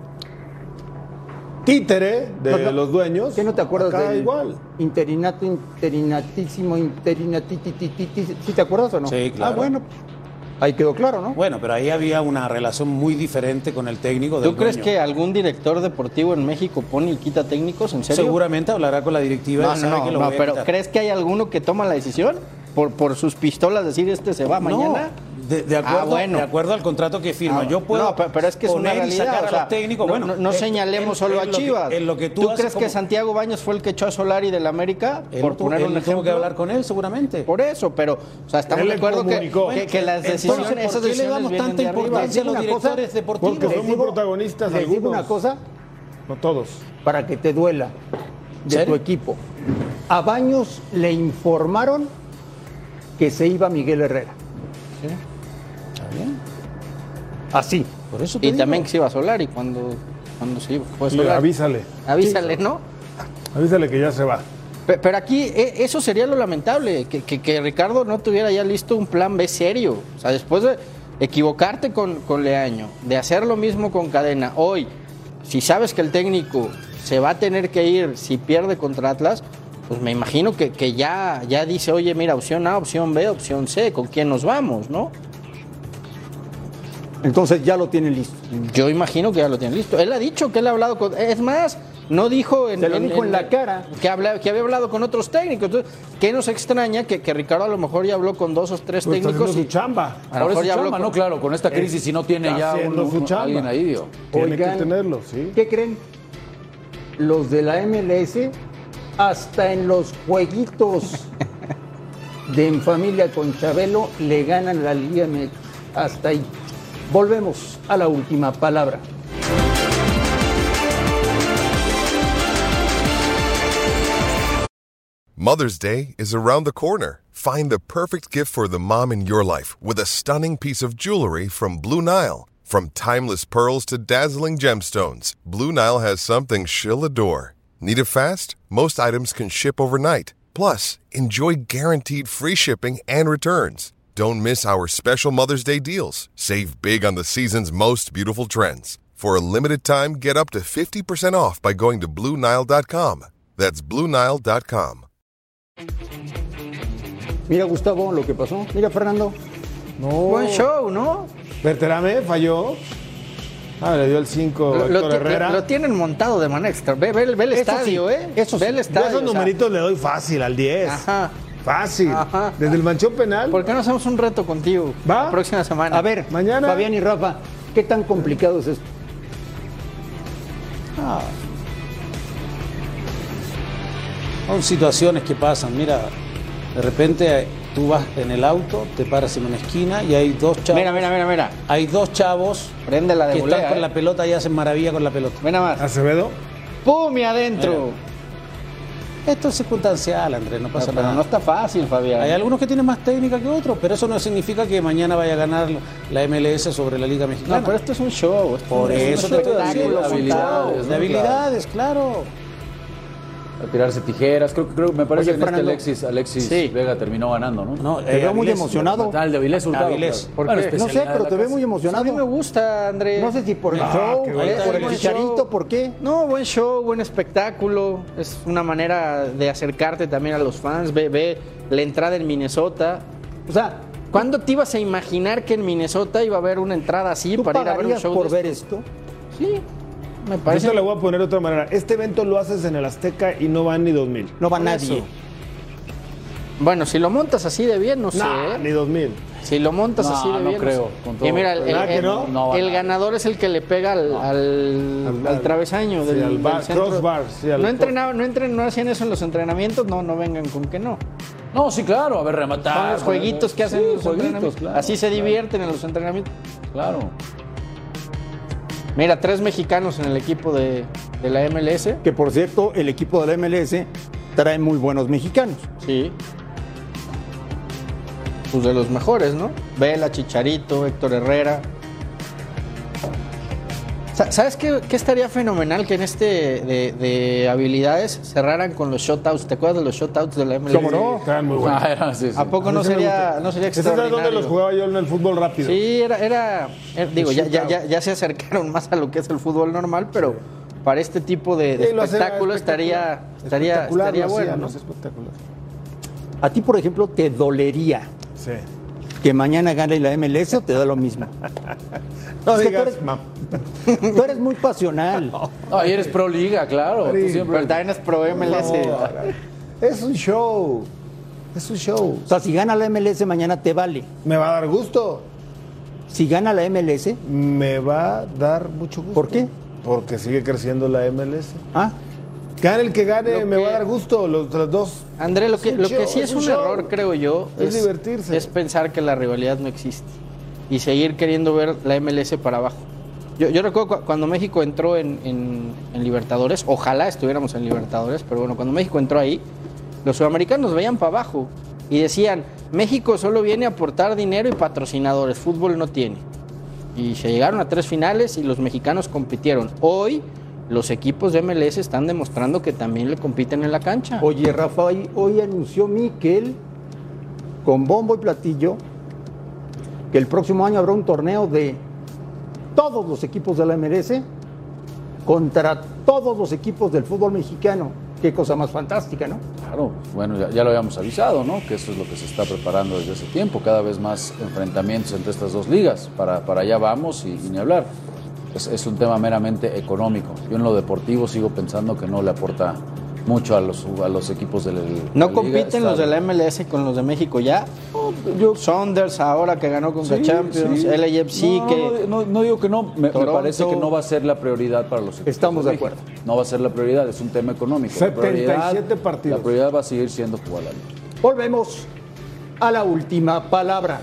títere de los dueños. ¿Qué no te acuerdas del igual? Interinatísimo, ¿sí te acuerdas o no? Sí, claro. Bueno, ahí quedó claro, ¿no? Bueno, pero ahí había una relación muy diferente con el técnico del ¿Tú crees dueño. que algún director deportivo en México pone y quita técnicos? ¿En serio? Seguramente hablará con la directiva y sabe que lo pero ¿crees que hay alguno que toma la decisión? Por sus pistolas decir se va mañana? De acuerdo al contrato que firma. Yo puedo pero es que es una poner y realidad, sacar o a sea, los técnicos. No señalemos solo a Chivas. ¿Tú crees que Santiago Baños fue el que echó a Solari del América? Por poner un ejemplo. Tuvo que hablar con él, seguramente. Por eso, pero estamos de acuerdo que las decisiones, esas decisiones le damos tanta importancia a los directores deportivos? Porque son muy protagonistas les algunos. digo una cosa, no todos. Para que te duela de tu equipo. A Baños le informaron que se iba Miguel Herrera. Sí. Está bien. Así. Por eso y también que se iba Solari cuando se iba. Avísale. Avísale, ¿no? Avísale que ya se va. Pero aquí eso sería lo lamentable, que Ricardo no tuviera ya listo un plan B serio. O sea, después de equivocarte con Leaño, de hacer lo mismo con Cadena, hoy, si sabes que el técnico se va a tener que ir si pierde contra Atlas, pues me imagino que ya dice, oye, mira, opción A, opción B, opción C, ¿con quién nos vamos, no? Entonces ya lo tienen listo. Yo imagino que ya lo tienen listo. Él ha dicho que él ha hablado con... Es más, no dijo... Se lo dijo en la cara. Que había hablado con otros técnicos. Entonces, ¿qué nos extraña? Que Ricardo a lo mejor ya habló con 2 o 3 técnicos. Su chamba. A lo mejor ya habló no, claro, con esta crisis, si no tiene ya alguien ahí, digo. Tiene que tenerlo, sí. ¿Qué creen? Los de la MLS, hasta en los jueguitos de En Familia con Chabelo, le ganan la Liga MX. Hasta ahí. Volvemos a la última palabra. Mother's Day is around the corner. Find the perfect gift for the mom in your life with a stunning piece of jewelry from Blue Nile. From timeless pearls to dazzling gemstones, Blue Nile has something she'll adore. Need it fast? Most items can ship overnight. Plus, enjoy guaranteed free shipping and returns. Don't miss our special Mother's Day deals. Save big on the season's most beautiful trends. For a limited time, get up to 50% off by going to BlueNile.com. That's BlueNile.com. Mira, Gustavo, lo que pasó. Mira, Fernando. No. Buen show, ¿no? Berterame falló. Le dio el 5 Héctor Herrera. Lo tienen montado de manera extra. Ve el estadio, sí, ¿eh? Eso ve el estadio. Esos numeritos le doy fácil al 10. Ajá. Fácil. Ajá. Desde el manchón penal. ¿Por qué no hacemos un reto contigo? ¿Va? La próxima semana. A ver, mañana. Fabián y Rafa, ¿qué tan complicado es esto? Son situaciones que pasan. Mira, de repente tú vas en el auto, te paras en una esquina y hay 2 chavos. Mira. Hay 2 chavos Prende la de que volea, están con la pelota y hacen maravilla con la pelota. Ven nada más. Acevedo. ¡Pum! Y adentro. Mira. Esto es circunstancial, Andrés, no pasa nada. No está fácil, Fabián. Hay algunos que tienen más técnica que otros, pero eso no significa que mañana vaya a ganar la MLS sobre la Liga Mexicana. No, pero esto es un show. Por eso te estoy diciendo de habilidades, claro. A tirarse tijeras. Creo me parece Oye, que Fernando, Alexis Vega terminó ganando, ¿no? No, te veo muy emocionado. El de Avilés Hurtado. Avilés. Claro. ¿Por qué? No sé, pero te veo muy emocionado. A mí me gusta, Andrés. No sé si por el show, por el buen chicharito, show. ¿por qué? No, buen show, buen espectáculo. Es una manera de acercarte también a los fans. Ve la entrada en Minnesota. O sea, ¿cuándo te ibas a imaginar que en Minnesota iba a haber una entrada así para ir a ver un show por de ver esto? Sí. Me parece. Yo te la voy a poner de otra manera. Este evento lo haces en el Azteca y no van ni 2,000. No va nadie. Bueno, si lo montas así de bien, no sé. Ni 2,000. Si lo montas así de bien. No creo. Y mira, el ganador es el que le pega al travesaño del centro. Crossbar. Sí, no hacían eso en los entrenamientos, no vengan con que no. No, sí, claro, a ver, rematar. Son los jueguitos que hacen en los entrenamientos. Claro, así se divierten en los entrenamientos. Claro. Mira, 3 mexicanos en el equipo de la MLS. Que por cierto, el equipo de la MLS trae muy buenos mexicanos. Sí. Pues de los mejores, ¿no? Vela, Chicharito, Héctor Herrera. ¿Sabes qué estaría fenomenal? Que en de habilidades cerraran con los shutouts. ¿Te acuerdas de los shutouts de la MLS? ¿Cómo no? Estaban muy buenos. Sí. ¿A poco no sería extraordinario? ¿Ese es donde los jugaba yo en el fútbol rápido? Sí, digo, ya se acercaron más a lo que es el fútbol normal, pero para este tipo de espectáculo estaría bueno, ¿no? Espectacular. A ti, por ejemplo, ¿te dolería que mañana gane la MLS o te da lo mismo? No es digas, tú eres muy pasional. No, y eres pro liga, claro. Tú siempre. Pero también es pro MLS. Es un show. Es un show. O sea, si gana la MLS mañana te vale. Me va a dar gusto. si gana la MLS? Me va a dar mucho gusto. ¿Por qué? Porque sigue creciendo la MLS. Ah. Gane el que gane, me va a dar gusto, los dos. André, lo que sí es un error, creo yo, es divertirse. Es pensar que la rivalidad no existe y seguir queriendo ver la MLS para abajo. Yo recuerdo cuando México entró en Libertadores, ojalá estuviéramos en Libertadores, pero bueno, cuando México entró ahí, los sudamericanos veían para abajo y decían, México solo viene a aportar dinero y patrocinadores, fútbol no tiene. Y se llegaron a 3 finales y los mexicanos compitieron. Hoy los equipos de MLS están demostrando que también le compiten en la cancha. Oye, Rafa, hoy anunció Miquel, con bombo y platillo, que el próximo año habrá un torneo de todos los equipos de la MLS contra todos los equipos del fútbol mexicano. Qué cosa más fantástica, ¿no? Claro, bueno, ya lo habíamos avisado, ¿no? Que eso es lo que se está preparando desde ese tiempo, cada vez más enfrentamientos entre estas dos ligas. Para allá vamos y ni hablar. Es un tema meramente económico. Yo en lo deportivo sigo pensando que no le aporta mucho a los equipos de la liga. ¿No compiten los de la MLS con los de México ya? Saunders ahora que ganó con Champions, sí. LAFC que... No digo que no, me parece que no va a ser la prioridad para los equipos. Estamos de acuerdo. No va a ser la prioridad, es un tema económico. 77 partidos. La prioridad va a seguir siendo jugar la liga. Volvemos a la última palabra.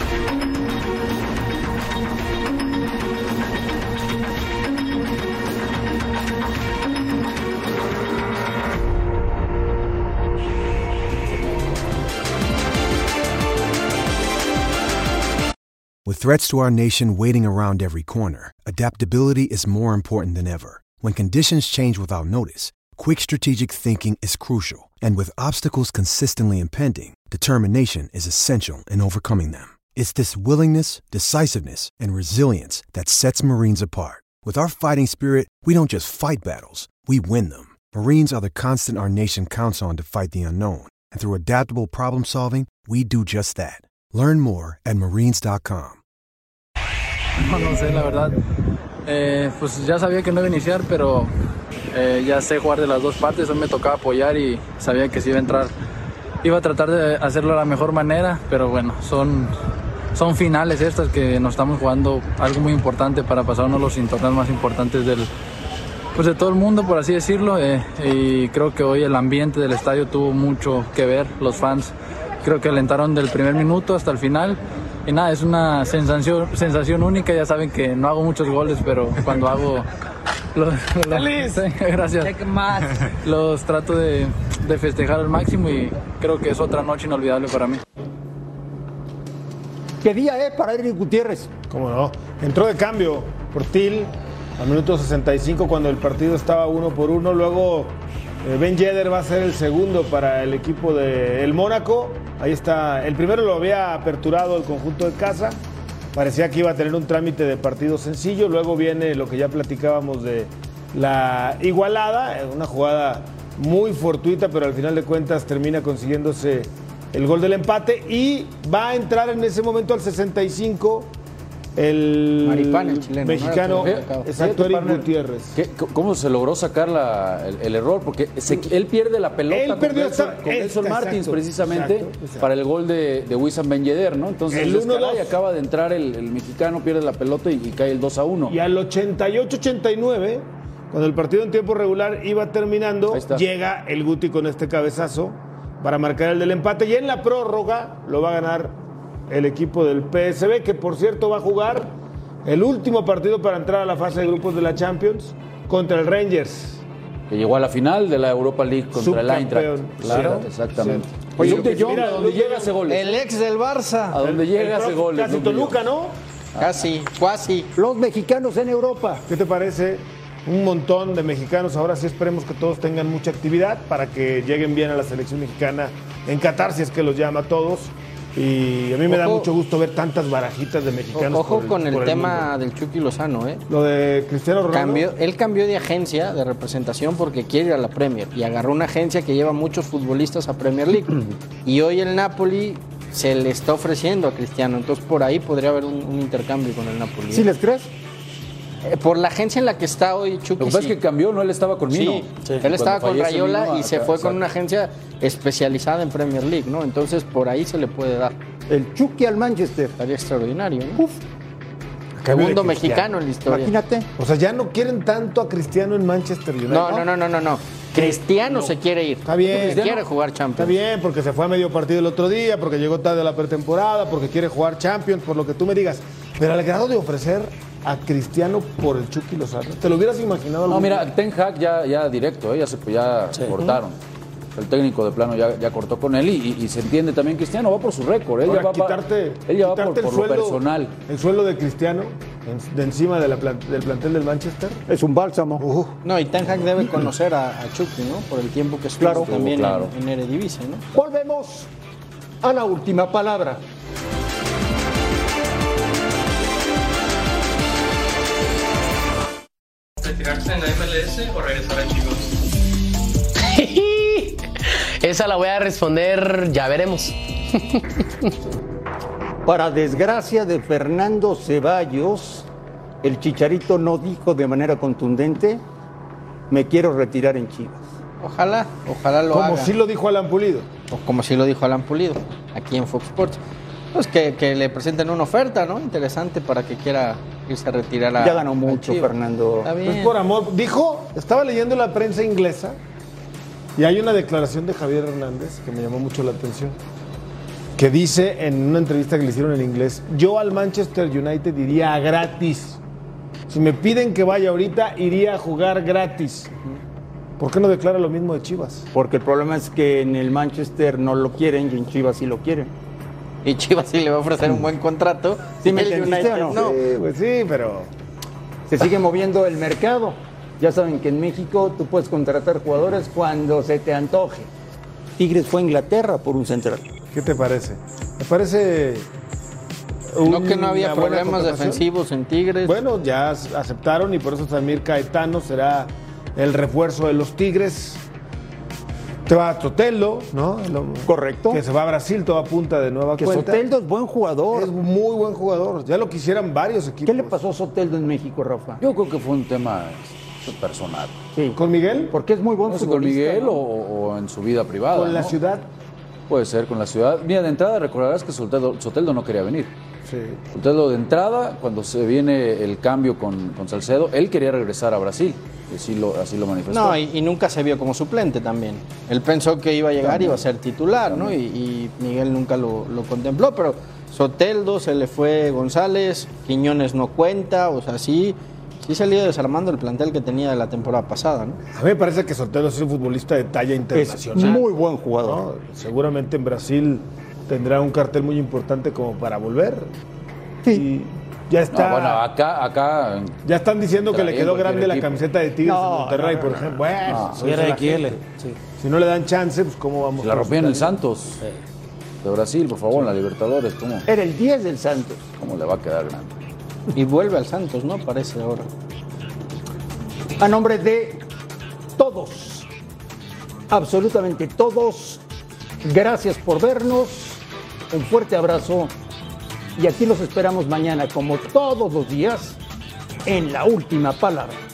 With threats to our nation waiting around every corner, adaptability is more important than ever. When conditions change without notice, quick strategic thinking is crucial. And with obstacles consistently impending, determination is essential in overcoming them. It's this willingness, decisiveness, and resilience that sets Marines apart. With our fighting spirit, we don't just fight battles, we win them. Marines are the constant our nation counts on to fight the unknown. And through adaptable problem solving, we do just that. Learn more at marines.com. No sé, la verdad. Pues ya sabía que no iba a iniciar, pero ya sé jugar de las dos partes. Hoy me tocaba apoyar y sabía que si iba a entrar, iba a tratar de hacerlo de la mejor manera, pero bueno, son finales estas que nos estamos jugando algo muy importante para pasar uno de los torneos más importantes de todo el mundo, por así decirlo. Y creo que hoy el ambiente del estadio tuvo mucho que ver, los fans. Creo que alentaron del primer minuto hasta el final. Y nada, es una sensación única. Ya saben que no hago muchos goles, pero cuando hago... Gracias. Los trato de festejar al máximo y creo que es otra noche inolvidable para mí. ¿Qué día es para Eric Gutiérrez? ¿Cómo no? Entró de cambio por Til al minuto 65 cuando el partido estaba 1-1. Luego Ben Yedder va a ser el segundo para el equipo del Mónaco. Ahí está. El primero lo había aperturado el conjunto de casa. Parecía que iba a tener un trámite de partido sencillo. Luego viene lo que ya platicábamos de la igualada. Una jugada muy fortuita, pero al final de cuentas termina consiguiéndose el gol del empate. Y va a entrar en ese momento al 65 el Maripán, el chileno, mexicano, exacto, Eric Gutiérrez. ¿Cómo se logró sacar el error? Porque él pierde la pelota con Nelson Martins, precisamente, exacto. Para el gol de Wissam Ben Yedder, ¿no? Entonces el 1-2 acaba de entrar el mexicano, pierde la pelota y cae el 2-1. Y al 88-89, cuando el partido en tiempo regular iba terminando, llega el Guti con este cabezazo para marcar el del empate. Y en la prórroga lo va a ganar el equipo del PSV, que por cierto va a jugar el último partido para entrar a la fase de grupos de la Champions contra el Rangers. Que llegó a la final de la Europa League contra el Eintracht. Claro, sí, exactamente. Oye, mira, ¿a dónde llega ese gol? El ex del Barça. ¿A dónde llega ese gol? Casi Toluca, ¿no? Casi. Los mexicanos en Europa. ¿Qué te parece? Un montón de mexicanos. Ahora sí esperemos que todos tengan mucha actividad para que lleguen bien a la selección mexicana en Qatar, si es que los llama a todos. Y a mí me da mucho gusto ver tantas barajitas de mexicanos. Ojo con el tema del Chucky Lozano, ¿eh? Lo de Cristiano Ronaldo. Él cambió de agencia de representación porque quiere ir a la Premier y agarró una agencia que lleva muchos futbolistas a Premier League. Y hoy el Napoli se le está ofreciendo a Cristiano, entonces por ahí podría haber un intercambio con el Napoli. ¿Sí les crees? Por la agencia en la que está hoy Chucky. Lo que pasa es que cambió, no, él estaba con Mino. Sí. Él estaba con Rayola y se fue con una agencia especializada en Premier League, ¿no? Entonces por ahí se le puede dar. El Chucky al Manchester. Estaría extraordinario, ¿no? Segundo mexicano en la historia. Imagínate. O sea, ya no quieren tanto a Cristiano en Manchester United. No. Cristiano se quiere ir. Está bien. Quiere jugar Champions. Está bien, porque se fue a medio partido el otro día, porque llegó tarde a la pretemporada, porque quiere jugar Champions, por lo que tú me digas. Pero al grado de ofrecer a Cristiano por el Chucky Lozano, ¿te lo hubieras imaginado? No, mira, Ten Hag ya directo, ya cortaron. El técnico de plano ya cortó con él y se entiende también. Cristiano va por su récord. Él ya va por lo personal. El sueldo de Cristiano de encima del plantel del Manchester es un bálsamo. No, y Ten Hag debe conocer a Chucky, ¿no? Por el tiempo que estuvo también en Eredivisie, ¿no? Volvemos a la última palabra. ¿Retirarse en la MLS o regresar a Chivas? Esa la voy a responder, ya veremos. Para desgracia de Fernando Ceballos, el Chicharito no dijo de manera contundente, me quiero retirar en Chivas. Ojalá lo haga. Como sí lo dijo Alan Pulido. O como sí lo dijo Alan Pulido, aquí en Fox Sports. Pues que le presenten una oferta, ¿no? Interesante para que quiera irse a retirar a... Ya ganó mucho, Fernando. Está bien. Pues por amor. Dijo, estaba leyendo la prensa inglesa y hay una declaración de Javier Hernández que me llamó mucho la atención, que dice en una entrevista que le hicieron en inglés, yo al Manchester United iría gratis. Si me piden que vaya ahorita, iría a jugar gratis. ¿Por qué no declara lo mismo de Chivas? Porque el problema es que en el Manchester no lo quieren y en Chivas sí lo quieren. Y Chivas sí le va a ofrecer un buen contrato. ¿Sí me entendiste o no? Sí, pues sí, pero... Se sigue moviendo el mercado. Ya saben que en México tú puedes contratar jugadores cuando se te antoje. Tigres fue a Inglaterra por un central. ¿Qué te parece? Me parece... No que no había problemas defensivos en Tigres. Bueno, ya aceptaron y por eso Samir Caetano será el refuerzo de los Tigres. Te va a Soteldo, ¿no? Correcto. Que se va a Brasil, toda punta de nueva cuenta. Soteldo es buen jugador. Es muy buen jugador. Ya lo quisieran varios equipos. ¿Qué le pasó a Soteldo en México, Rafa? Yo creo que fue un tema personal. Sí. ¿Con Miguel? Porque es muy buen futbolista. ¿Con Miguel ¿no? o en su vida privada? ¿Con la ciudad? Puede ser, con la ciudad. Mira, de entrada recordarás que Soteldo no quería venir. Sí. Soteldo de entrada, cuando se viene el cambio con Salcedo, él quería regresar a Brasil. Así lo manifestó. No, y nunca se vio como suplente también. Él pensó que iba a llegar y iba a ser titular, ¿no? Y Miguel nunca lo contempló, pero Soteldo, se le fue González, Quiñones no cuenta, o sea, sí se ha ido desarmando el plantel que tenía de la temporada pasada, ¿no? A mí me parece que Soteldo es un futbolista de talla internacional. Es muy buen jugador. ¿No? Seguramente en Brasil tendrá un cartel muy importante como para volver. Sí. Y ya está. No, bueno, acá ya están diciendo que le quedó grande la camiseta de Tigres en Monterrey, por ejemplo. Bueno, era XL. Si no le dan chance, pues cómo vamos. Si la rompían en el Santos de Brasil, por favor, en la Libertadores, ¿cómo? Era el 10 del Santos. ¿Cómo le va a quedar grande? Y vuelve al Santos, ¿no? Parece ahora. A nombre de todos, absolutamente todos, gracias por vernos. Un fuerte abrazo. Y aquí los esperamos mañana, como todos los días, en La Última Palabra.